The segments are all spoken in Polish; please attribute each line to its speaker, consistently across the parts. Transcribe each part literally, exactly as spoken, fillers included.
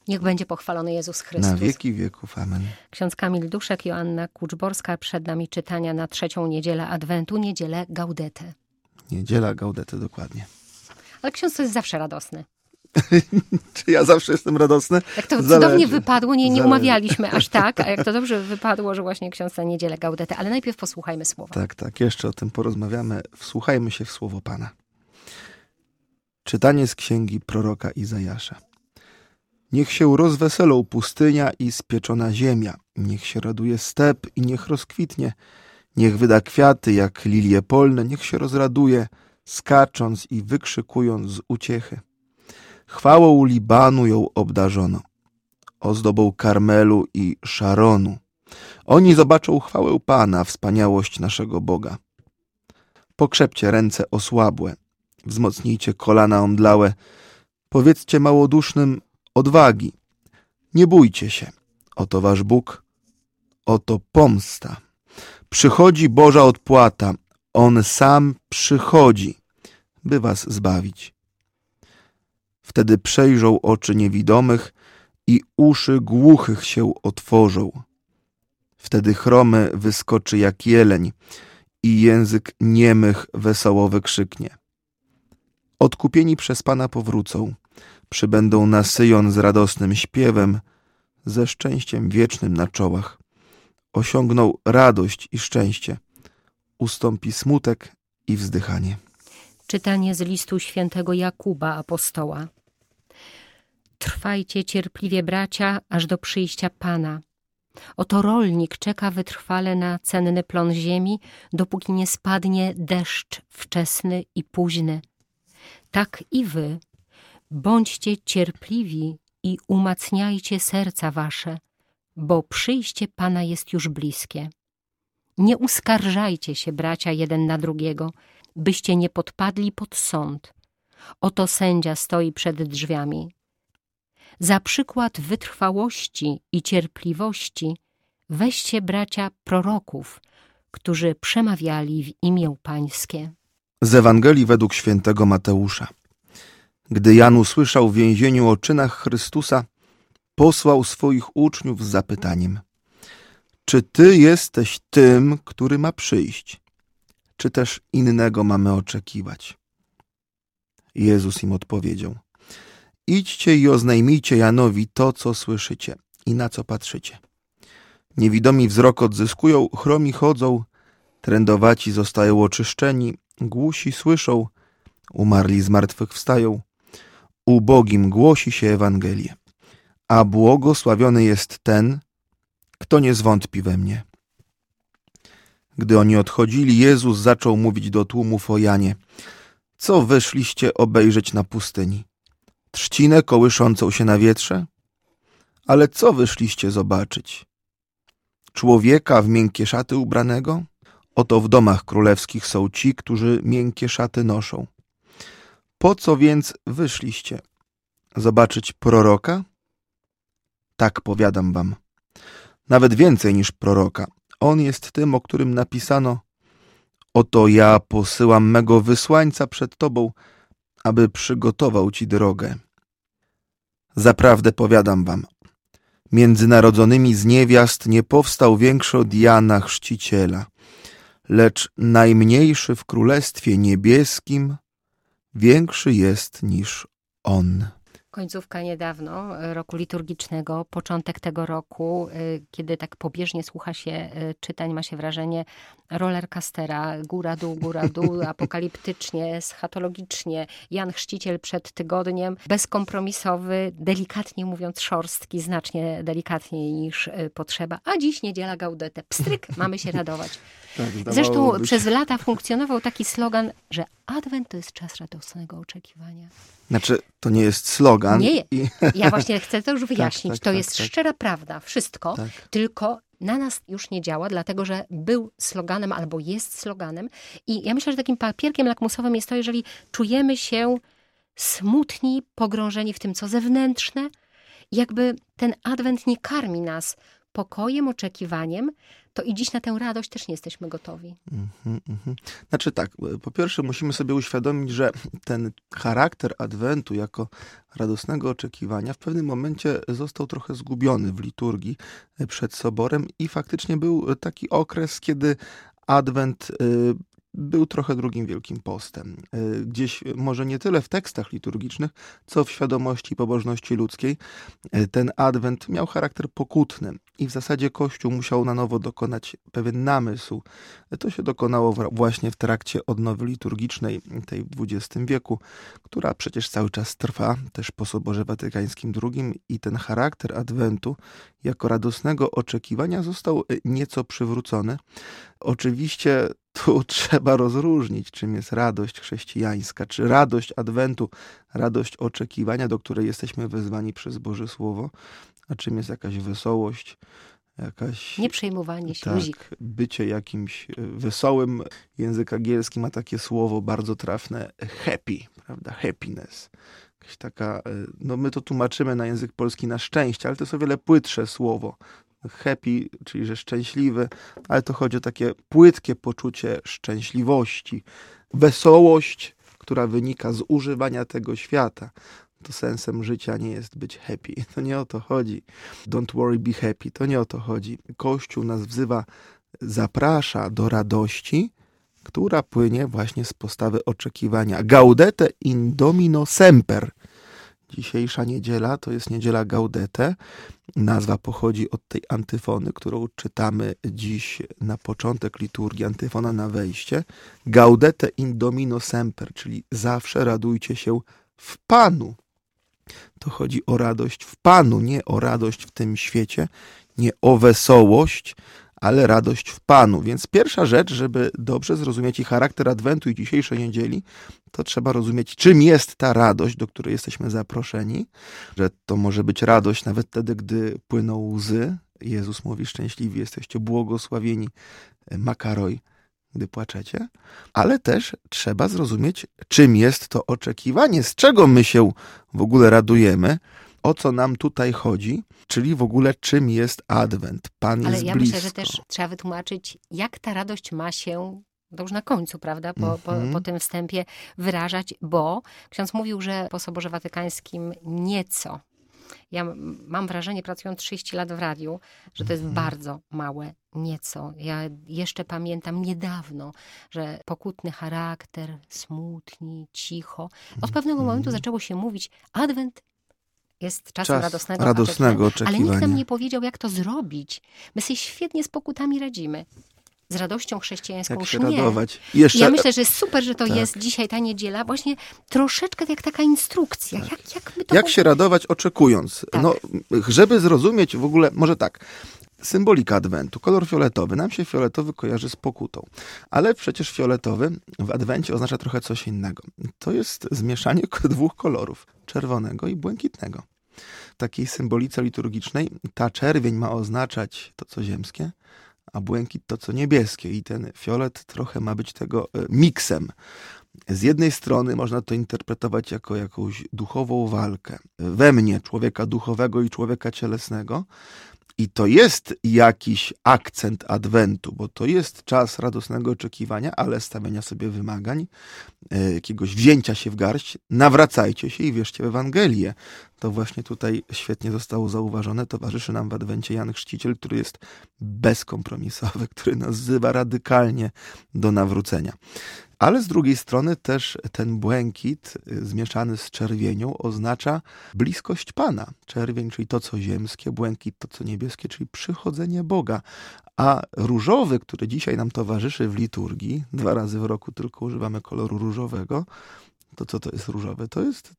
Speaker 1: Niech będzie pochwalony Jezus Chrystus.
Speaker 2: Na wieki wieków. Amen.
Speaker 1: Ksiądz Kamil Duszek, Joanna Kuczborska. Przed nami czytania na trzecią niedzielę Adwentu, niedzielę Gaudete.
Speaker 2: Niedziela Gaudete, dokładnie.
Speaker 1: Ale ksiądz to jest zawsze radosny.
Speaker 2: Czy ja zawsze jestem radosny?
Speaker 1: Jak to
Speaker 2: Zależy.
Speaker 1: cudownie wypadło, nie, nie
Speaker 2: Zależy.
Speaker 1: umawialiśmy aż tak, a jak to dobrze wypadło, że właśnie ksiądz na niedzielę Gaudete. Ale najpierw posłuchajmy słowa.
Speaker 2: Tak, tak, jeszcze o tym porozmawiamy. Wsłuchajmy się w słowo Pana. Czytanie z księgi proroka Izajasza. Niech się rozweselą pustynia i spieczona ziemia. Niech się raduje step i niech rozkwitnie. Niech wyda kwiaty jak lilie polne. Niech się rozraduje, skacząc i wykrzykując z uciechy. Chwałą Libanu ją obdarzono, ozdobą Karmelu i Szaronu. Oni zobaczą chwałę Pana, wspaniałość naszego Boga. Pokrzepcie ręce osłabłe, wzmocnijcie kolana omdlałe, powiedzcie małodusznym odwagi. Nie bójcie się, oto wasz Bóg, oto pomsta. Przychodzi Boża odpłata, On sam przychodzi, by was zbawić. Wtedy przejrzą oczy niewidomych i uszy głuchych się otworzą. Wtedy chromy wyskoczy jak jeleń i język niemych wesoło wykrzyknie. Odkupieni przez Pana powrócą, przybędą na Syjon z radosnym śpiewem, ze szczęściem wiecznym na czołach. Osiągną radość i szczęście, ustąpi smutek i wzdychanie.
Speaker 1: Czytanie z listu świętego Jakuba apostoła. Trwajcie cierpliwie, bracia, aż do przyjścia Pana. Oto rolnik czeka wytrwale na cenny plon ziemi, dopóki nie spadnie deszcz wczesny i późny. Tak i wy, bądźcie cierpliwi i umacniajcie serca wasze, bo przyjście Pana jest już bliskie. Nie uskarżajcie się, bracia, jeden na drugiego, byście nie podpadli pod sąd. Oto sędzia stoi przed drzwiami. Za przykład wytrwałości i cierpliwości weźcie, bracia, proroków, którzy przemawiali w imię Pańskie.
Speaker 2: Z Ewangelii według świętego Mateusza. Gdy Jan usłyszał w więzieniu o czynach Chrystusa, posłał swoich uczniów z zapytaniem: czy ty jesteś tym, który ma przyjść? Czy też innego mamy oczekiwać? Jezus im odpowiedział: idźcie i oznajmijcie Janowi to, co słyszycie i na co patrzycie. Niewidomi wzrok odzyskują, chromi chodzą, trędowaci zostają oczyszczeni, głusi słyszą, umarli z martwych wstają. Ubogim głosi się Ewangelię. A błogosławiony jest ten, kto nie zwątpi we mnie. Gdy oni odchodzili, Jezus zaczął mówić do tłumów o Janie: co wyszliście obejrzeć na pustyni? Trzcinę kołyszącą się na wietrze? Ale co wyszliście zobaczyć? Człowieka w miękkie szaty ubranego? Oto w domach królewskich są ci, którzy miękkie szaty noszą. Po co więc wyszliście? Zobaczyć proroka? Tak powiadam wam. Nawet więcej niż proroka. On jest tym, o którym napisano: oto ja posyłam mego wysłańca przed tobą, aby przygotował ci drogę. Zaprawdę powiadam wam, między narodzonymi z niewiast nie powstał większy od Jana Chrzciciela, lecz najmniejszy w Królestwie Niebieskim większy jest niż on.
Speaker 1: Końcówka niedawno roku liturgicznego, początek tego roku, kiedy tak pobieżnie słucha się czytań, ma się wrażenie rollercoastera, góra, dół, góra, dół, apokaliptycznie, eschatologicznie. Jan Chrzciciel przed tygodniem, bezkompromisowy, delikatnie mówiąc szorstki, znacznie delikatniej niż potrzeba. A dziś niedziela Gaudete. Pstryk, mamy się radować.
Speaker 2: Tak,
Speaker 1: Zresztą
Speaker 2: być.
Speaker 1: przez lata funkcjonował taki slogan, że Adwent to jest czas radosnego oczekiwania.
Speaker 2: Znaczy, to nie jest slogan.
Speaker 1: Nie,
Speaker 2: i...
Speaker 1: ja właśnie chcę to już wyjaśnić.
Speaker 2: tak, tak,
Speaker 1: to
Speaker 2: tak,
Speaker 1: jest
Speaker 2: tak.
Speaker 1: szczera prawda, wszystko,
Speaker 2: Tak.
Speaker 1: tylko na nas już nie działa, dlatego że był sloganem albo jest sloganem. I ja myślę, że takim papierkiem lakmusowym jest to, jeżeli czujemy się smutni, pogrążeni w tym, co zewnętrzne, jakby ten Adwent nie karmi nas pokojem, oczekiwaniem, to i dziś na tę radość też nie jesteśmy gotowi.
Speaker 2: Mhm, mhm. Znaczy tak, po pierwsze musimy sobie uświadomić, że ten charakter Adwentu jako radosnego oczekiwania w pewnym momencie został trochę zgubiony w liturgii przed Soborem i faktycznie był taki okres, kiedy Adwent był trochę drugim Wielkim Postem. Gdzieś może nie tyle w tekstach liturgicznych, co w świadomości i pobożności ludzkiej. Ten Adwent miał charakter pokutny i w zasadzie Kościół musiał na nowo dokonać pewien namysł. To się dokonało właśnie w trakcie odnowy liturgicznej tej w dwudziestym wieku, która przecież cały czas trwa, też po Soborze Watykańskim drugim, i ten charakter Adwentu jako radosnego oczekiwania został nieco przywrócony. Oczywiście tu trzeba rozróżnić, czym jest radość chrześcijańska, czy radość Adwentu, radość oczekiwania, do której jesteśmy wezwani przez Boże Słowo, a czym jest jakaś wesołość, jakaś...
Speaker 1: Nie przejmowanie się,
Speaker 2: tak,
Speaker 1: luzik.
Speaker 2: bycie jakimś wesołym. Język angielski ma takie słowo bardzo trafne, happy, prawda, happiness. Jakaś taka, no my to tłumaczymy na język polski na szczęście, ale to jest o wiele płytsze słowo. Happy, czyli że szczęśliwy, ale to chodzi o takie płytkie poczucie szczęśliwości, wesołość, która wynika z używania tego świata. To sensem życia nie jest być happy. To nie o to chodzi. Don't worry, be happy. To nie o to chodzi. Kościół nas wzywa, zaprasza do radości, która płynie właśnie z postawy oczekiwania. Gaudete in domino semper. Dzisiejsza niedziela to jest niedziela Gaudete. Nazwa pochodzi od tej antyfony, którą czytamy dziś na początek liturgii, antyfona na wejście. Gaudete in domino semper, czyli zawsze radujcie się w Panu. To chodzi o radość w Panu, nie o radość w tym świecie, nie o wesołość, ale radość w Panu. Więc pierwsza rzecz, żeby dobrze zrozumieć i charakter Adwentu i dzisiejszej niedzieli, to trzeba rozumieć, czym jest ta radość, do której jesteśmy zaproszeni. Że to może być radość nawet wtedy, gdy płyną łzy. Jezus mówi, szczęśliwi jesteście, błogosławieni makaroj, gdy płaczecie. Ale też trzeba zrozumieć, czym jest to oczekiwanie, z czego my się w ogóle radujemy, o co nam tutaj chodzi, czyli w ogóle czym jest Adwent. Pan
Speaker 1: Ale
Speaker 2: jest
Speaker 1: ja
Speaker 2: blisko.
Speaker 1: myślę, że też trzeba wytłumaczyć, jak ta radość ma się, to już na końcu, prawda, po, po,
Speaker 2: Mhm.
Speaker 1: po tym wstępie wyrażać, bo ksiądz mówił, że po Soborze Watykańskim nieco. Ja mam wrażenie, pracując trzydzieści lat w radiu, że to jest
Speaker 2: Mhm.
Speaker 1: bardzo małe nieco. Ja jeszcze pamiętam niedawno, że pokutny charakter, smutni, cicho. Od pewnego momentu zaczęło się mówić, Adwent jest czasem
Speaker 2: Czas
Speaker 1: radosnego,
Speaker 2: radosnego
Speaker 1: oczekiwania. Ale nikt nam
Speaker 2: oczekiwania.
Speaker 1: nie powiedział, jak to zrobić. My sobie świetnie z pokutami radzimy. Z radością chrześcijańską
Speaker 2: Jak
Speaker 1: już
Speaker 2: się
Speaker 1: nie.
Speaker 2: radować. I jeszcze,
Speaker 1: Ja myślę, że jest super, że to
Speaker 2: tak.
Speaker 1: jest dzisiaj ta niedziela, właśnie troszeczkę jak taka instrukcja. Jak, jak my to
Speaker 2: jak się radować oczekując?
Speaker 1: Tak.
Speaker 2: No, żeby zrozumieć w ogóle, może tak, symbolika Adwentu, kolor fioletowy. Nam się fioletowy kojarzy z pokutą, ale przecież fioletowy w Adwencie oznacza trochę coś innego. To jest zmieszanie dwóch kolorów, czerwonego i błękitnego. W takiej symbolice liturgicznej ta czerwień ma oznaczać to, co ziemskie, a błękit to, co niebieskie. I ten fiolet trochę ma być tego miksem. Z jednej strony można to interpretować jako jakąś duchową walkę we mnie, człowieka duchowego i człowieka cielesnego. I to jest jakiś akcent Adwentu, bo to jest czas radosnego oczekiwania, ale stawiania sobie wymagań, jakiegoś wzięcia się w garść. Nawracajcie się i wierzcie w Ewangelię. To właśnie tutaj świetnie zostało zauważone. Towarzyszy nam w Adwencie Jan Chrzciciel, który jest bezkompromisowy, który nas wzywa radykalnie do nawrócenia. Ale z drugiej strony też ten błękit zmieszany z czerwienią oznacza bliskość Pana. Czerwień, czyli to, co ziemskie, błękit, to, co niebieskie, czyli przychodzenie Boga. A różowy, który dzisiaj nam towarzyszy w liturgii, dwa razy w roku tylko używamy koloru różowego, to co to jest różowe? To jest,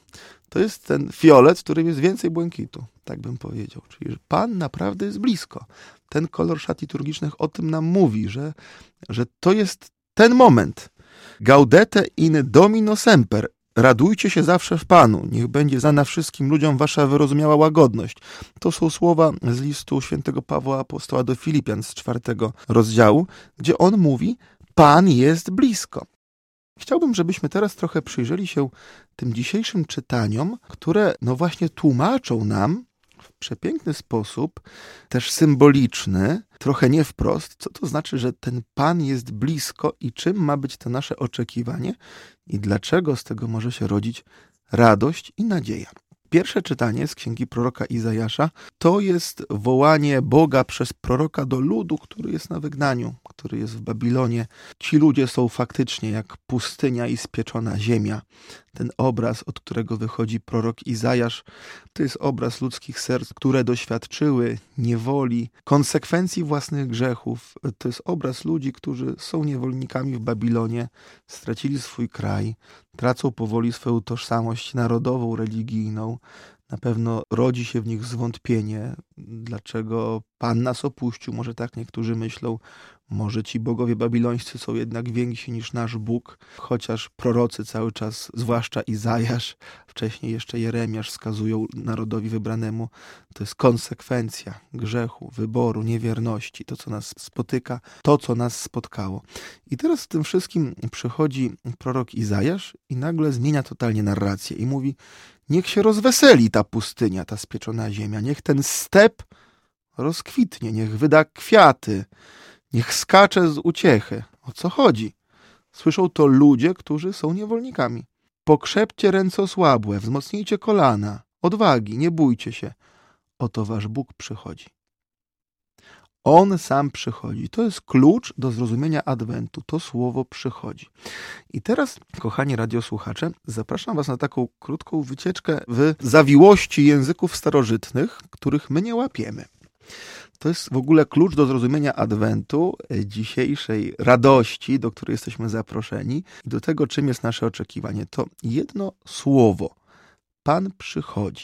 Speaker 2: to jest ten fiolet, w którym jest więcej błękitu, tak bym powiedział. Czyli że Pan naprawdę jest blisko. Ten kolor szat liturgicznych o tym nam mówi, że, że to jest ten moment. Gaudete in domino semper. Radujcie się zawsze w Panu. Niech będzie znana wszystkim ludziom wasza wyrozumiała łagodność. To są słowa z listu świętego Pawła Apostoła do Filipian z czwartego rozdziału, gdzie on mówi, Pan jest blisko. Chciałbym, żebyśmy teraz trochę przyjrzeli się tym dzisiejszym czytaniom, które no właśnie tłumaczą nam w przepiękny sposób, też symboliczny, trochę nie wprost, co to znaczy, że ten Pan jest blisko i czym ma być to nasze oczekiwanie i dlaczego z tego może się rodzić radość i nadzieja. Pierwsze czytanie z księgi proroka Izajasza to jest wołanie Boga przez proroka do ludu, który jest na wygnaniu, który jest w Babilonie. Ci ludzie są faktycznie jak pustynia i spieczona ziemia. Ten obraz, od którego wychodzi prorok Izajasz, to jest obraz ludzkich serc, które doświadczyły niewoli, konsekwencji własnych grzechów. To jest obraz ludzi, którzy są niewolnikami w Babilonie, stracili swój kraj, tracą powoli swoją tożsamość narodową, religijną. Na pewno rodzi się w nich zwątpienie, dlaczego Pan nas opuścił. Może tak niektórzy myślą, może ci bogowie babilońscy są jednak więksi niż nasz Bóg, chociaż prorocy cały czas, zwłaszcza Izajasz, wcześniej jeszcze Jeremiasz, wskazują narodowi wybranemu, to jest konsekwencja grzechu, wyboru, niewierności, to co nas spotyka, to co nas spotkało. I teraz w tym wszystkim przychodzi prorok Izajasz i nagle zmienia totalnie narrację i mówi: niech się rozweseli ta pustynia, ta spieczona ziemia, niech ten step rozkwitnie, niech wyda kwiaty, niech skacze z uciechy. O co chodzi? Słyszą to ludzie, którzy są niewolnikami. Pokrzepcie ręce osłabłe, wzmocnijcie kolana, odwagi, nie bójcie się. Oto wasz Bóg przychodzi. On sam przychodzi. To jest klucz do zrozumienia Adwentu. To słowo przychodzi. I teraz, kochani radiosłuchacze, zapraszam was na taką krótką wycieczkę w zawiłości języków starożytnych, których my nie łapiemy. To jest w ogóle klucz do zrozumienia Adwentu, dzisiejszej radości, do której jesteśmy zaproszeni, i do tego, czym jest nasze oczekiwanie. To jedno słowo. Pan przychodzi.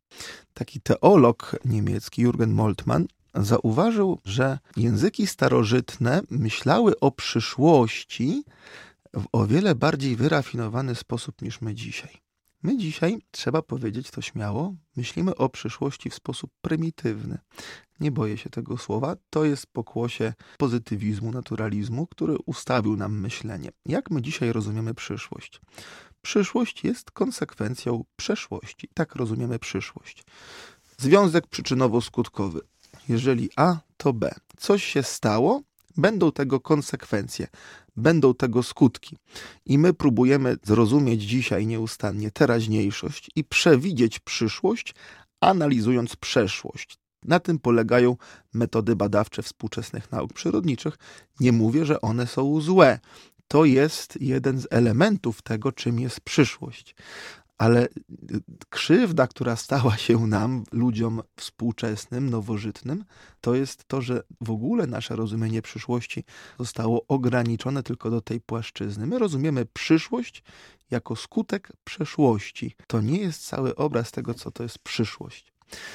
Speaker 2: Taki teolog niemiecki, Jürgen Moltmann, zauważył, że języki starożytne myślały o przyszłości w o wiele bardziej wyrafinowany sposób niż my dzisiaj. My dzisiaj, trzeba powiedzieć to śmiało, myślimy o przyszłości w sposób prymitywny. Nie boję się tego słowa. To jest pokłosie pozytywizmu, naturalizmu, który ustawił nam myślenie. Jak my dzisiaj rozumiemy przyszłość? Przyszłość jest konsekwencją przeszłości. Tak rozumiemy przyszłość. Związek przyczynowo-skutkowy. Jeżeli A, to B. Coś się stało, będą tego konsekwencje, będą tego skutki. I my próbujemy zrozumieć dzisiaj nieustannie teraźniejszość i przewidzieć przyszłość, analizując przeszłość. Na tym polegają metody badawcze współczesnych nauk przyrodniczych. Nie mówię, że one są złe. To jest jeden z elementów tego, czym jest przyszłość. Ale krzywda, która stała się nam, ludziom współczesnym, nowożytnym, to jest to, że w ogóle nasze rozumienie przyszłości zostało ograniczone tylko do tej płaszczyzny. My rozumiemy przyszłość jako skutek przeszłości. To nie jest cały obraz tego, co to jest przyszłość.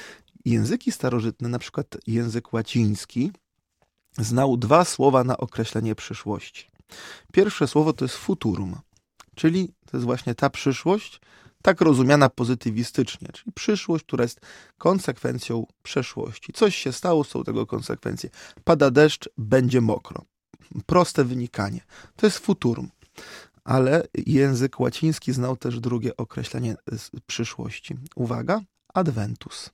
Speaker 2: Języki starożytne, na przykład język łaciński, znał dwa słowa na określenie przyszłości. Pierwsze słowo to jest futurum, czyli to jest właśnie ta przyszłość, tak rozumiana pozytywistycznie, czyli przyszłość, która jest konsekwencją przeszłości. Coś się stało, są tego konsekwencje. Pada deszcz, będzie mokro. Proste wynikanie. To jest futurum. Ale język łaciński znał też drugie określenie przyszłości. Uwaga, adventus.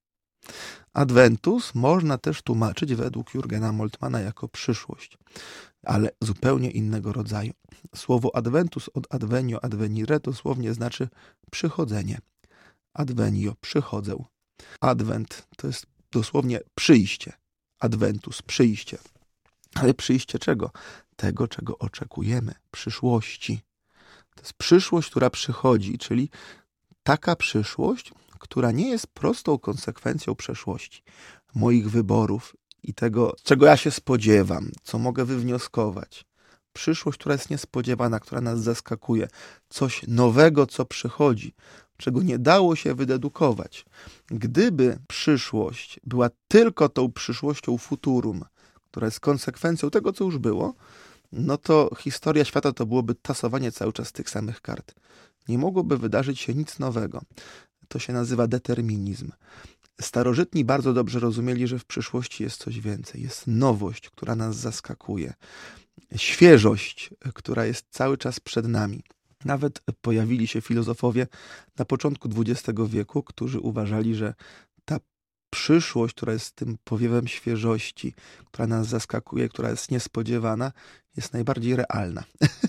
Speaker 2: Adventus można też tłumaczyć według Jürgena Moltmanna jako przyszłość, ale zupełnie innego rodzaju. Słowo adventus od advenio, advenire dosłownie znaczy przychodzenie. Advenio, przychodzę. Advent to jest dosłownie przyjście. Adventus, przyjście. Ale przyjście czego? Tego, czego oczekujemy. Przyszłości. To jest przyszłość, która przychodzi, czyli taka przyszłość, która nie jest prostą konsekwencją przeszłości, moich wyborów i tego, czego ja się spodziewam, co mogę wywnioskować. Przyszłość, która jest niespodziewana, która nas zaskakuje. Coś nowego, co przychodzi, czego nie dało się wydedukować. Gdyby przyszłość była tylko tą przyszłością futurum, która jest konsekwencją tego, co już było, no to historia świata to byłoby tasowanie cały czas tych samych kart. Nie mogłoby wydarzyć się nic nowego. To się nazywa determinizm. Starożytni bardzo dobrze rozumieli, że w przyszłości jest coś więcej. Jest nowość, która nas zaskakuje. Świeżość, która jest cały czas przed nami. Nawet pojawili się filozofowie na początku dwudziestego wieku, którzy uważali, że ta przyszłość, która jest tym powiewem świeżości, która nas zaskakuje, która jest niespodziewana, jest najbardziej realna.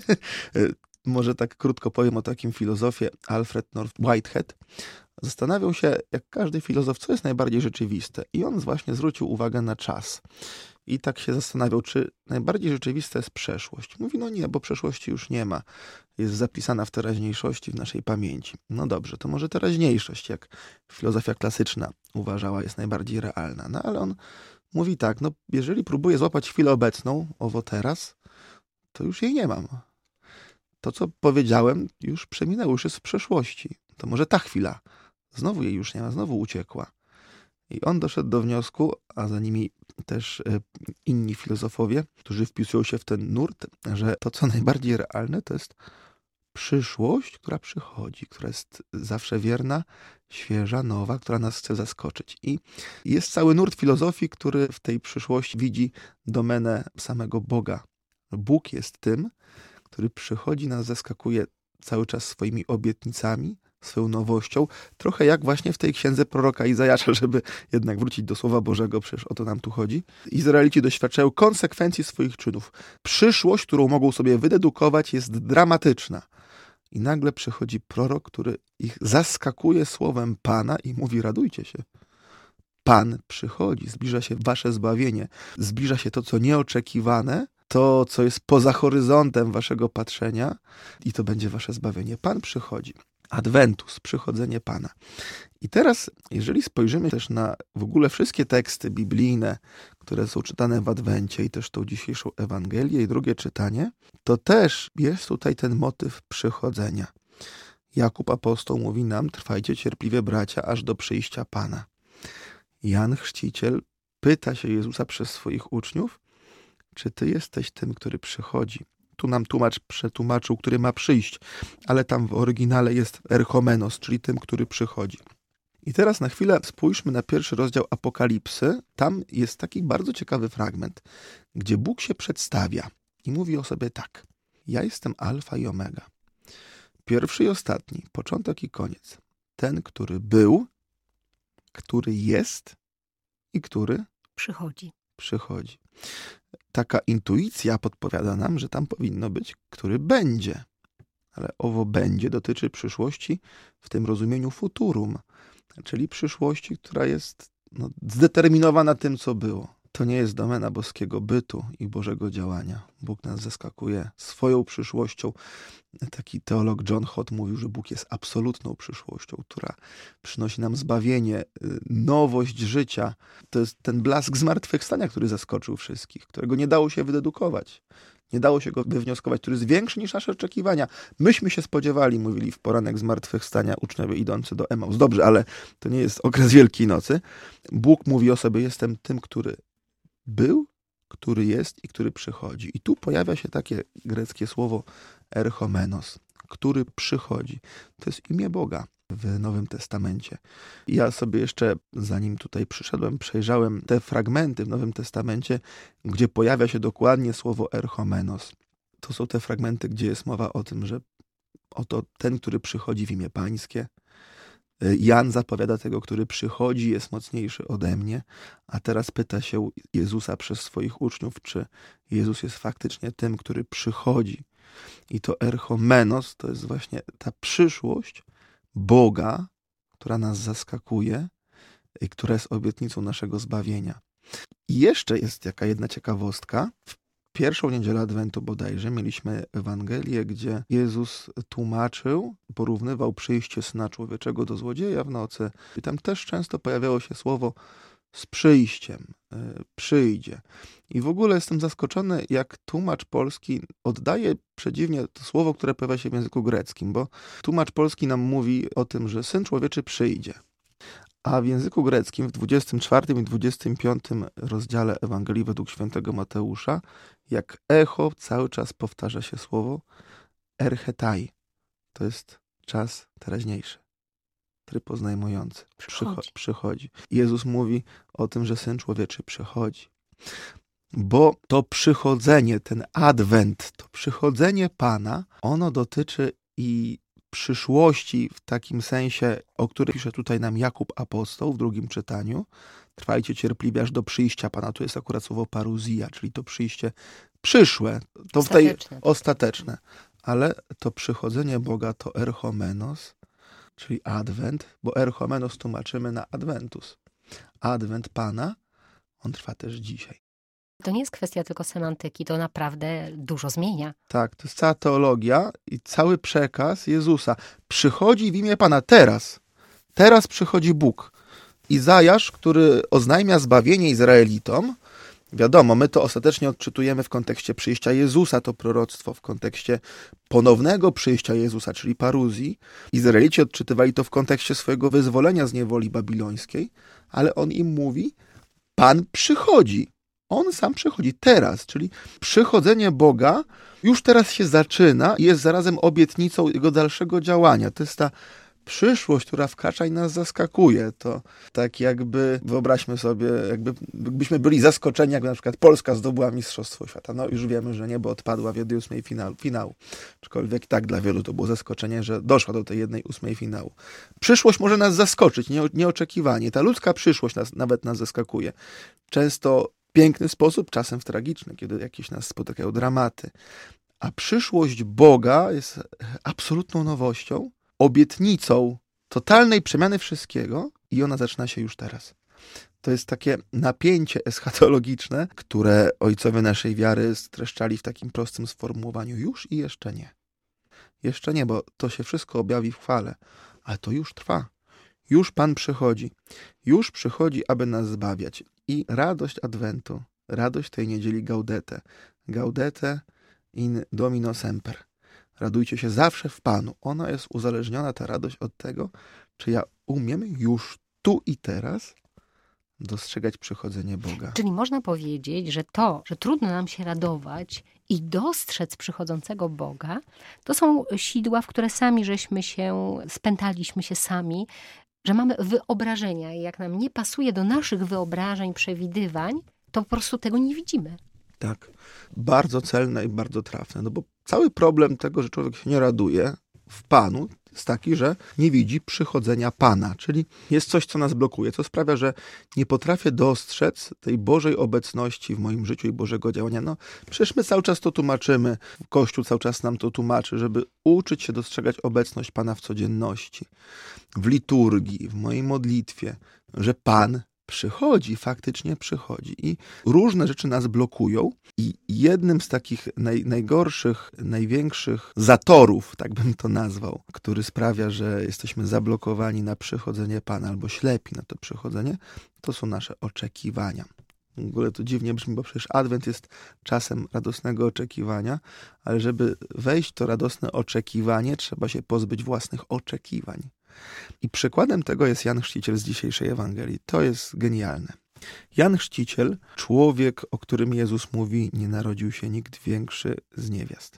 Speaker 2: Może tak krótko powiem o takim filozofie. Alfred North Whitehead zastanawiał się, jak każdy filozof, co jest najbardziej rzeczywiste. I on właśnie zwrócił uwagę na czas. I tak się zastanawiał, czy najbardziej rzeczywista jest przeszłość. Mówi, no nie, bo przeszłości już nie ma. Jest zapisana w teraźniejszości, w naszej pamięci. No dobrze, to może teraźniejszość, jak filozofia klasyczna uważała, jest najbardziej realna. No ale on mówi tak, no jeżeli próbuję złapać chwilę obecną, owo teraz, to już jej nie mam. To, co powiedziałem, już przeminęło, już jest w przeszłości. To może ta chwila. Znowu jej już nie ma, znowu uciekła. I on doszedł do wniosku, a za nimi też inni filozofowie, którzy wpisują się w ten nurt, że to, co najbardziej realne, to jest przyszłość, która przychodzi, która jest zawsze wierna, świeża, nowa, która nas chce zaskoczyć. I jest cały nurt filozofii, który w tej przyszłości widzi domenę samego Boga. Bóg jest tym, który przychodzi, nas zaskakuje cały czas swoimi obietnicami, swoją nowością, trochę jak właśnie w tej księdze proroka Izajasza, żeby jednak wrócić do Słowa Bożego, przecież o to nam tu chodzi. Izraelici doświadczają konsekwencji swoich czynów. Przyszłość, którą mogą sobie wydedukować, jest dramatyczna. I nagle przychodzi prorok, który ich zaskakuje słowem Pana i mówi, radujcie się. Pan przychodzi, zbliża się wasze zbawienie, zbliża się to, co nieoczekiwane, to, co jest poza horyzontem waszego patrzenia i to będzie wasze zbawienie. Pan przychodzi. Adventus, przychodzenie Pana. I teraz, jeżeli spojrzymy też na w ogóle wszystkie teksty biblijne, które są czytane w Adwencie i też tą dzisiejszą Ewangelię i drugie czytanie, to też jest tutaj ten motyw przychodzenia. Jakub apostoł mówi nam, trwajcie cierpliwie bracia, aż do przyjścia Pana. Jan Chrzciciel pyta się Jezusa przez swoich uczniów, czy ty jesteś tym, który przychodzi? Tu nam tłumacz przetłumaczył, który ma przyjść, ale tam w oryginale jest erchomenos, czyli tym, który przychodzi. I teraz na chwilę spójrzmy na pierwszy rozdział Apokalipsy. Tam jest taki bardzo ciekawy fragment, gdzie Bóg się przedstawia i mówi o sobie tak. Ja jestem alfa i omega. Pierwszy i ostatni, początek i koniec. Ten, który był, który jest i który
Speaker 1: Przychodzi.
Speaker 2: przychodzi. Taka intuicja podpowiada nam, że tam powinno być, który będzie. Ale owo będzie dotyczy przyszłości w tym rozumieniu futurum, czyli przyszłości, która jest no, zdeterminowana tym, co było. To nie jest domena boskiego bytu i Bożego działania. Bóg nas zaskakuje swoją przyszłością. Taki teolog John Hott mówił, że Bóg jest absolutną przyszłością, która przynosi nam zbawienie, nowość życia. To jest ten blask zmartwychwstania, który zaskoczył wszystkich, którego nie dało się wydedukować. Nie dało się go wywnioskować, który jest większy niż nasze oczekiwania. Myśmy się spodziewali, mówili w poranek zmartwychwstania uczniowie idący do Emaus. Dobrze, ale to nie jest okres Wielkiej Nocy. Bóg mówi o sobie, jestem tym, który był, który jest i który przychodzi. I tu pojawia się takie greckie słowo erchomenos, który przychodzi. To jest imię Boga w Nowym Testamencie. Ja sobie jeszcze, zanim tutaj przyszedłem, przejrzałem te fragmenty w Nowym Testamencie, gdzie pojawia się dokładnie słowo erchomenos. To są te fragmenty, gdzie jest mowa o tym, że oto ten, który przychodzi w imię Pańskie. Jan zapowiada tego, który przychodzi, jest mocniejszy ode mnie, a teraz pyta się Jezusa przez swoich uczniów, czy Jezus jest faktycznie tym, który przychodzi. I to erchomenos to jest właśnie ta przyszłość Boga, która nas zaskakuje i która jest obietnicą naszego zbawienia. I jeszcze jest jaka jedna ciekawostka. W pierwszą niedzielę Adwentu bodajże mieliśmy Ewangelię, gdzie Jezus tłumaczył, porównywał przyjście Syna Człowieczego do złodzieja w nocy. I tam też często pojawiało się słowo z przyjściem, przyjdzie. I w ogóle jestem zaskoczony, jak tłumacz polski oddaje przedziwnie to słowo, które pojawia się w języku greckim, bo tłumacz polski nam mówi o tym, że Syn Człowieczy przyjdzie. A w języku greckim w dwudziestym czwartym i dwudziestym piątym rozdziale Ewangelii według świętego Mateusza, jak echo cały czas powtarza się słowo erchetai. To jest czas teraźniejszy, tryb oznajmujący. Przychodzi. Przychodzi. Jezus mówi o tym, że Syn Człowieczy przychodzi. Bo to przychodzenie, ten adwent, to przychodzenie Pana, ono dotyczy i przyszłości w takim sensie, o którym pisze tutaj nam Jakub apostoł w drugim czytaniu. Trwajcie cierpliwie aż do przyjścia Pana. Tu jest akurat słowo paruzja, czyli to przyjście przyszłe, to
Speaker 1: ostateczne.
Speaker 2: W tej ostateczne. Ale to przychodzenie Boga to erchomenos, czyli adwent, bo erchomenos tłumaczymy na adventus. Adwent Pana, on trwa też dzisiaj.
Speaker 1: To nie jest kwestia tylko semantyki, to naprawdę dużo zmienia.
Speaker 2: Tak, to jest cała teologia i cały przekaz Jezusa. Przychodzi w imię Pana teraz. Teraz przychodzi Bóg. Izajasz, który oznajmia zbawienie Izraelitom, wiadomo, my to ostatecznie odczytujemy w kontekście przyjścia Jezusa, to proroctwo, w kontekście ponownego przyjścia Jezusa, czyli paruzji. Izraelici odczytywali to w kontekście swojego wyzwolenia z niewoli babilońskiej, ale on im mówi, Pan przychodzi. On sam przychodzi teraz, czyli przychodzenie Boga już teraz się zaczyna i jest zarazem obietnicą jego dalszego działania. To jest ta przyszłość, która wkracza i nas zaskakuje. To tak jakby, wyobraźmy sobie, jakby, jakbyśmy byli zaskoczeni, jakby na przykład Polska zdobyła Mistrzostwo Świata. No już wiemy, że nie, bo odpadła w jednej ósmej finału, finału. Aczkolwiek tak dla wielu to było zaskoczenie, że doszła do tej jednej ósmej finału. Przyszłość może nas zaskoczyć, nie, nieoczekiwanie. Ta ludzka przyszłość nas, nawet nas zaskakuje. Często w piękny sposób, czasem w tragiczny, kiedy jakieś nas spotykają dramaty. A przyszłość Boga jest absolutną nowością, obietnicą totalnej przemiany wszystkiego i ona zaczyna się już teraz. To jest takie napięcie eschatologiczne, które ojcowie naszej wiary streszczali w takim prostym sformułowaniu już i jeszcze nie. Jeszcze nie, bo to się wszystko objawi w chwale, ale to już trwa. Już Pan przychodzi. Już przychodzi, aby nas zbawiać. I radość Adwentu, radość tej niedzieli Gaudete. Gaudete in Domino semper. Radujcie się zawsze w Panu. Ona jest uzależniona, ta radość, od tego, czy ja umiem już tu i teraz dostrzegać przychodzenie Boga.
Speaker 1: Czyli można powiedzieć, że to, że trudno nam się radować i dostrzec przychodzącego Boga, to są sidła, w które sami żeśmy się, spętaliśmy się sami, że mamy wyobrażenia i jak nam nie pasuje do naszych wyobrażeń, przewidywań, to po prostu tego nie widzimy.
Speaker 2: Tak, bardzo celne i bardzo trafne, no bo cały problem tego, że człowiek się nie raduje w Panu, jest taki, że nie widzi przychodzenia Pana, czyli jest coś, co nas blokuje, co sprawia, że nie potrafię dostrzec tej Bożej obecności w moim życiu i Bożego działania. No przecież my cały czas to tłumaczymy, Kościół cały czas nam to tłumaczy, żeby uczyć się dostrzegać obecność Pana w codzienności, w liturgii, w mojej modlitwie, że Pan przychodzi, faktycznie przychodzi i różne rzeczy nas blokują i jednym z takich naj, najgorszych, największych zatorów, tak bym to nazwał, który sprawia, że jesteśmy zablokowani na przychodzenie Pana albo ślepi na to przychodzenie, to są nasze oczekiwania. W ogóle to dziwnie brzmi, bo przecież Adwent jest czasem radosnego oczekiwania, ale żeby wejść w to radosne oczekiwanie, trzeba się pozbyć własnych oczekiwań. I przykładem tego jest Jan Chrzciciel z dzisiejszej Ewangelii. To jest genialne. Jan Chrzciciel, człowiek, o którym Jezus mówi, nie narodził się nikt większy z niewiast.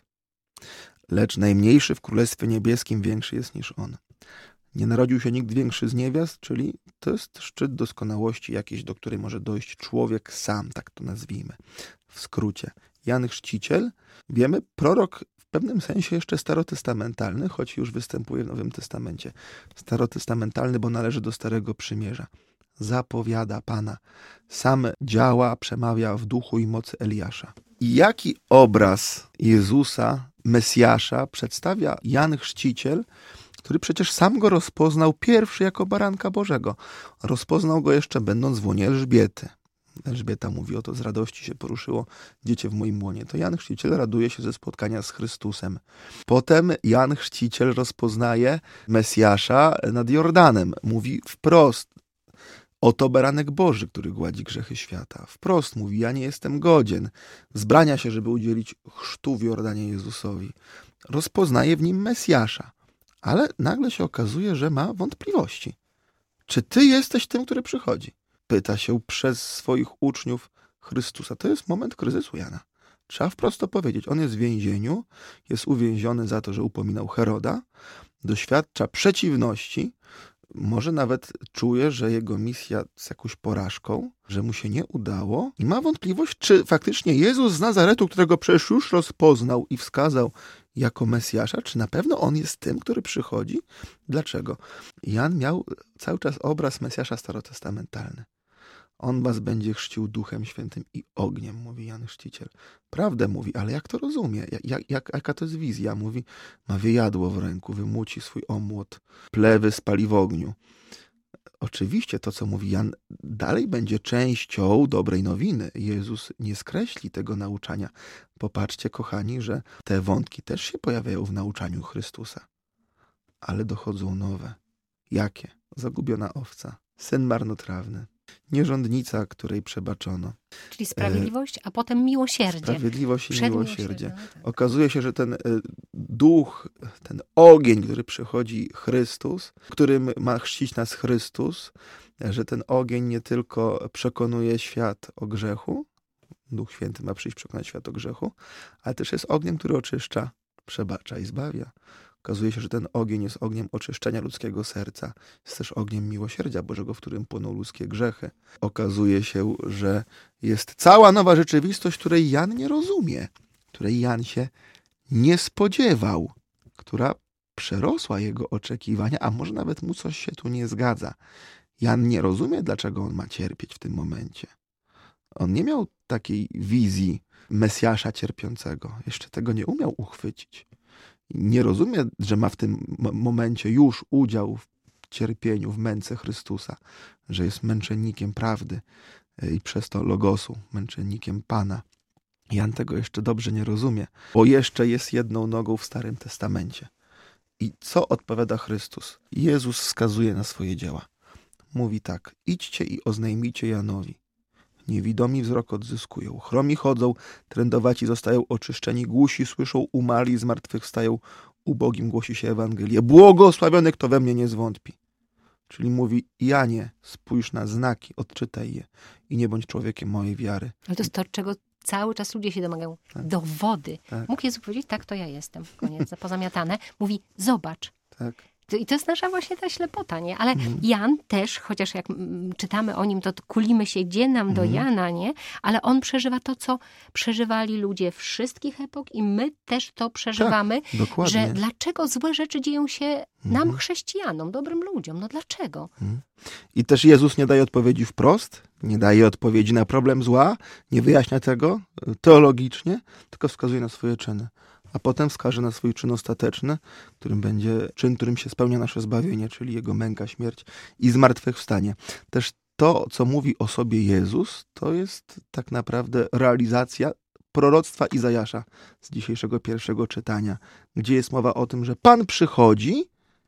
Speaker 2: Lecz najmniejszy w Królestwie Niebieskim większy jest niż on. Nie narodził się nikt większy z niewiast, czyli to jest szczyt doskonałości jakiejś, do której może dojść człowiek sam, tak to nazwijmy. W skrócie. Jan Chrzciciel, wiemy, prorok w pewnym sensie jeszcze starotestamentalny, choć już występuje w Nowym Testamencie. Starotestamentalny, bo należy do Starego Przymierza. Zapowiada Pana. Sam działa, przemawia w duchu i mocy Eliasza. I jaki obraz Jezusa, Mesjasza, przedstawia Jan Chrzciciel, który przecież sam go rozpoznał pierwszy jako baranka Bożego. Rozpoznał go jeszcze będąc w łonie Elżbiety. Elżbieta mówi, oto z radości się poruszyło dziecię w moim łonie. To Jan Chrzciciel raduje się ze spotkania z Chrystusem. Potem Jan Chrzciciel rozpoznaje Mesjasza nad Jordanem. Mówi wprost, oto baranek Boży, który gładzi grzechy świata. Wprost mówi, ja nie jestem godzien. Wzbrania się, żeby udzielić chrztu w Jordanie Jezusowi. Rozpoznaje w nim Mesjasza. Ale nagle się okazuje, że ma wątpliwości. Czy ty jesteś tym, który przychodzi? Pyta się przez swoich uczniów Chrystusa. To jest moment kryzysu Jana. Trzeba wprost to powiedzieć. On jest w więzieniu, jest uwięziony za to, że upominał Heroda, doświadcza przeciwności, może nawet czuje, że jego misja jest jakąś porażką, że mu się nie udało i ma wątpliwość, czy faktycznie Jezus z Nazaretu, którego przecież już rozpoznał i wskazał jako Mesjasza? Czy na pewno on jest tym, który przychodzi? Dlaczego? Jan miał cały czas obraz Mesjasza starotestamentalny. On was będzie chrzcił Duchem Świętym i ogniem, mówi Jan Chrzciciel. Prawdę mówi, ale jak to rozumie? Jak, jak, jaka to jest wizja? Mówi, ma wyjadło w ręku, wymuci swój omłot, plewy spali w ogniu. Oczywiście to, co mówi Jan, dalej będzie częścią dobrej nowiny. Jezus nie skreśli tego nauczania. Popatrzcie, kochani, że te wątki też się pojawiają w nauczaniu Chrystusa. Ale dochodzą nowe. Jakie? Zagubiona owca, syn marnotrawny, nierządnica, której przebaczono.
Speaker 1: Czyli sprawiedliwość, a potem miłosierdzie.
Speaker 2: Sprawiedliwość i
Speaker 1: Przed
Speaker 2: miłosierdzie.
Speaker 1: miłosierdziem, no tak.
Speaker 2: Okazuje się, że ten duch, ten ogień, który przychodzi Chrystus, którym ma chrzcić nas Chrystus, że ten ogień nie tylko przekonuje świat o grzechu, Duch Święty ma przyjść przekonać świat o grzechu, ale też jest ogniem, który oczyszcza, przebacza i zbawia. Okazuje się, że ten ogień jest ogniem oczyszczenia ludzkiego serca. Jest też ogniem miłosierdzia Bożego, w którym płoną ludzkie grzechy. Okazuje się, że jest cała nowa rzeczywistość, której Jan nie rozumie, której Jan się nie spodziewał, która przerosła jego oczekiwania, a może nawet mu coś się tu nie zgadza. Jan nie rozumie, dlaczego on ma cierpieć w tym momencie. On nie miał takiej wizji Mesjasza cierpiącego. Jeszcze tego nie umiał uchwycić. Nie rozumie, że ma w tym momencie już udział w cierpieniu, w męce Chrystusa, że jest męczennikiem prawdy i przez to Logosu, męczennikiem Pana. Jan tego jeszcze dobrze nie rozumie, bo jeszcze jest jedną nogą w Starym Testamencie. I co odpowiada Chrystus? Jezus wskazuje na swoje dzieła. Mówi tak, idźcie i oznajmijcie Janowi. Niewidomi wzrok odzyskują, chromi chodzą, trędowaci zostają oczyszczeni, głusi słyszą, umarli zmartwychwstają, ubogim głosi się Ewangelię. Błogosławiony, kto we mnie nie zwątpi. Czyli mówi, Janie, spójrz na znaki, odczytaj je i nie bądź człowiekiem mojej wiary.
Speaker 1: Ale to jest to, czego cały czas ludzie się domagają.
Speaker 2: Tak.
Speaker 1: Dowody.
Speaker 2: Tak.
Speaker 1: Mógł Jezus powiedzieć, tak, to ja jestem. Koniec, pozamiatane. Mówi, zobacz.
Speaker 2: Tak.
Speaker 1: I to jest nasza właśnie ta ślepota, nie? Ale
Speaker 2: Mhm.
Speaker 1: Jan też, chociaż jak mm, czytamy o nim, to kulimy się, gdzie nam do
Speaker 2: Mhm. Jana,
Speaker 1: nie? Ale on przeżywa to, co przeżywali ludzie wszystkich epok i my też to przeżywamy,
Speaker 2: Dokładnie.
Speaker 1: że dlaczego złe rzeczy dzieją się nam,
Speaker 2: Mhm.
Speaker 1: chrześcijanom, dobrym ludziom? No dlaczego?
Speaker 2: I też Jezus nie daje odpowiedzi wprost, nie daje odpowiedzi na problem zła, nie wyjaśnia tego teologicznie, tylko wskazuje na swoje czyny. A potem wskaże na swój czyn ostateczny, którym będzie czyn, którym się spełnia nasze zbawienie, czyli Jego męka, śmierć i zmartwychwstanie. Też to, co mówi o sobie Jezus, to jest tak naprawdę realizacja proroctwa Izajasza z dzisiejszego pierwszego czytania, gdzie jest mowa o tym, że Pan przychodzi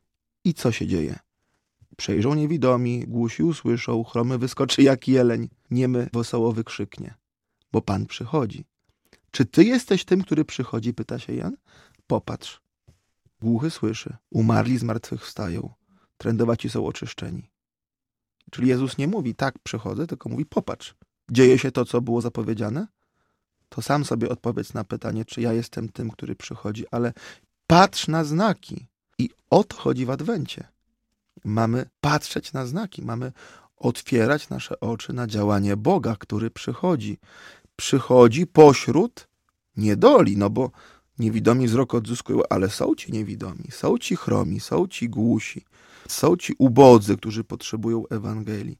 Speaker 2: i co się dzieje? Przejrzą niewidomi, głusi usłyszą, chromy wyskoczy jak jeleń, niemy wesoło wykrzyknie, bo Pan przychodzi. Czy ty jesteś tym, który przychodzi, pyta się Jan? Popatrz. Głuchy słyszy, umarli zmartwychwstają, trędowaci są oczyszczeni. Czyli Jezus nie mówi, tak przychodzę, tylko mówi, popatrz. Dzieje się to, co było zapowiedziane? To sam sobie odpowiedz na pytanie, czy ja jestem tym, który przychodzi, ale patrz na znaki. I o to chodzi w Adwencie. Mamy patrzeć na znaki, mamy otwierać nasze oczy na działanie Boga, który przychodzi. Przychodzi pośród niedoli, no bo niewidomi wzrok odzyskują, ale są ci niewidomi, są ci chromi, są ci głusi, są ci ubodzy, którzy potrzebują Ewangelii.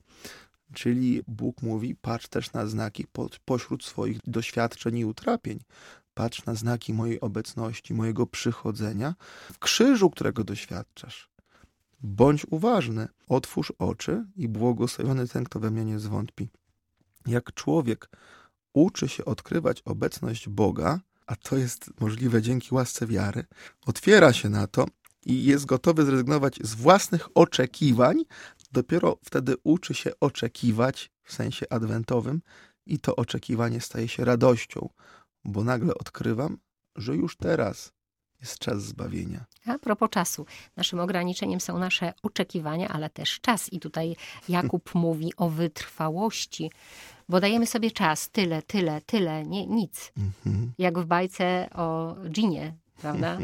Speaker 2: Czyli Bóg mówi, patrz też na znaki po, pośród swoich doświadczeń i utrapień. Patrz na znaki mojej obecności, mojego przychodzenia w krzyżu, którego doświadczasz. Bądź uważny, otwórz oczy i błogosławiony ten, kto we mnie nie zwątpi. Jak człowiek uczy się odkrywać obecność Boga, a to jest możliwe dzięki łasce wiary, otwiera się na to i jest gotowy zrezygnować z własnych oczekiwań, dopiero wtedy uczy się oczekiwać w sensie adwentowym i to oczekiwanie staje się radością, bo nagle odkrywam, że już teraz jest czas zbawienia.
Speaker 1: A propos czasu. Naszym ograniczeniem są nasze oczekiwania, ale też czas. I tutaj Jakub mówi o wytrwałości, bo dajemy sobie czas. Tyle, tyle, tyle, nie, nic.
Speaker 2: Mhm.
Speaker 1: Jak w bajce o dżinie, prawda?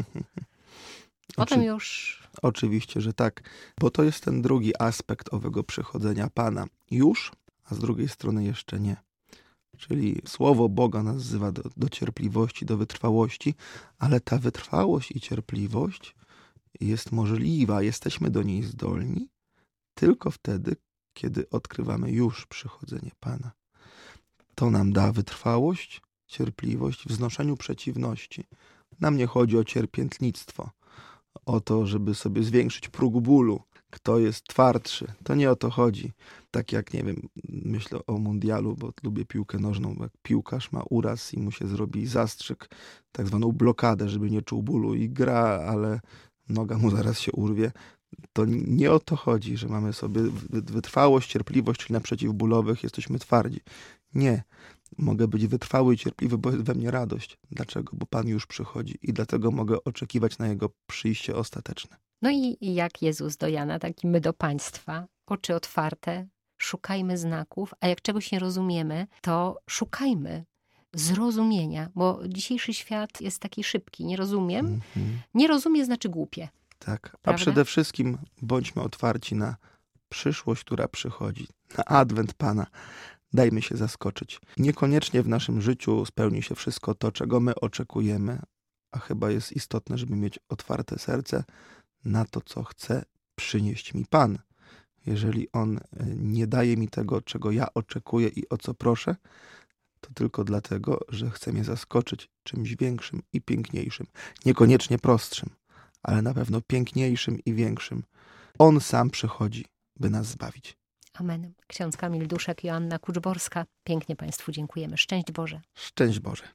Speaker 1: Potem
Speaker 2: Oczy-
Speaker 1: już...
Speaker 2: Oczywiście, że tak, bo to jest ten drugi aspekt owego przychodzenia Pana. Już, a z drugiej strony jeszcze nie. Czyli Słowo Boga nas wzywa do, do cierpliwości, do wytrwałości, ale ta wytrwałość i cierpliwość jest możliwa, jesteśmy do niej zdolni tylko wtedy, kiedy odkrywamy już przychodzenie Pana. To nam da wytrwałość, cierpliwość w znoszeniu przeciwności. Nam nie chodzi o cierpiętnictwo, o to, żeby sobie zwiększyć próg bólu, kto jest twardszy. To nie o to chodzi. Tak jak, nie wiem, myślę o mundialu, bo lubię piłkę nożną. Jak piłkarz ma uraz i mu się zrobi zastrzyk, tak zwaną blokadę, żeby nie czuł bólu i gra, ale noga mu zaraz się urwie. To nie o to chodzi, że mamy sobie wytrwałość, cierpliwość, czyli na przeciwbólowych jesteśmy twardzi. Nie. Mogę być wytrwały i cierpliwy, bo jest we mnie radość. Dlaczego? Bo Pan już przychodzi i dlatego mogę oczekiwać na Jego przyjście ostateczne.
Speaker 1: No i jak Jezus do Jana, tak i my do Państwa. Oczy otwarte, szukajmy znaków, a jak czegoś nie rozumiemy, to szukajmy zrozumienia, bo dzisiejszy świat jest taki szybki. Nie rozumiem. Mm-hmm. Nie rozumie znaczy głupie.
Speaker 2: Tak,
Speaker 1: Prawda?
Speaker 2: A przede wszystkim bądźmy otwarci na przyszłość, która przychodzi, na adwent Pana. Dajmy się zaskoczyć. Niekoniecznie w naszym życiu spełni się wszystko to, czego my oczekujemy, a chyba jest istotne, żeby mieć otwarte serce na to, co chce przynieść mi Pan. Jeżeli On nie daje mi tego, czego ja oczekuję i o co proszę, to tylko dlatego, że chce mnie zaskoczyć czymś większym i piękniejszym. Niekoniecznie prostszym, ale na pewno piękniejszym i większym. On sam przychodzi, by nas zbawić.
Speaker 1: Amen. Ksiądz Kamil Duszek, Joanna Kuczborska. Pięknie Państwu dziękujemy. Szczęść Boże.
Speaker 2: Szczęść Boże.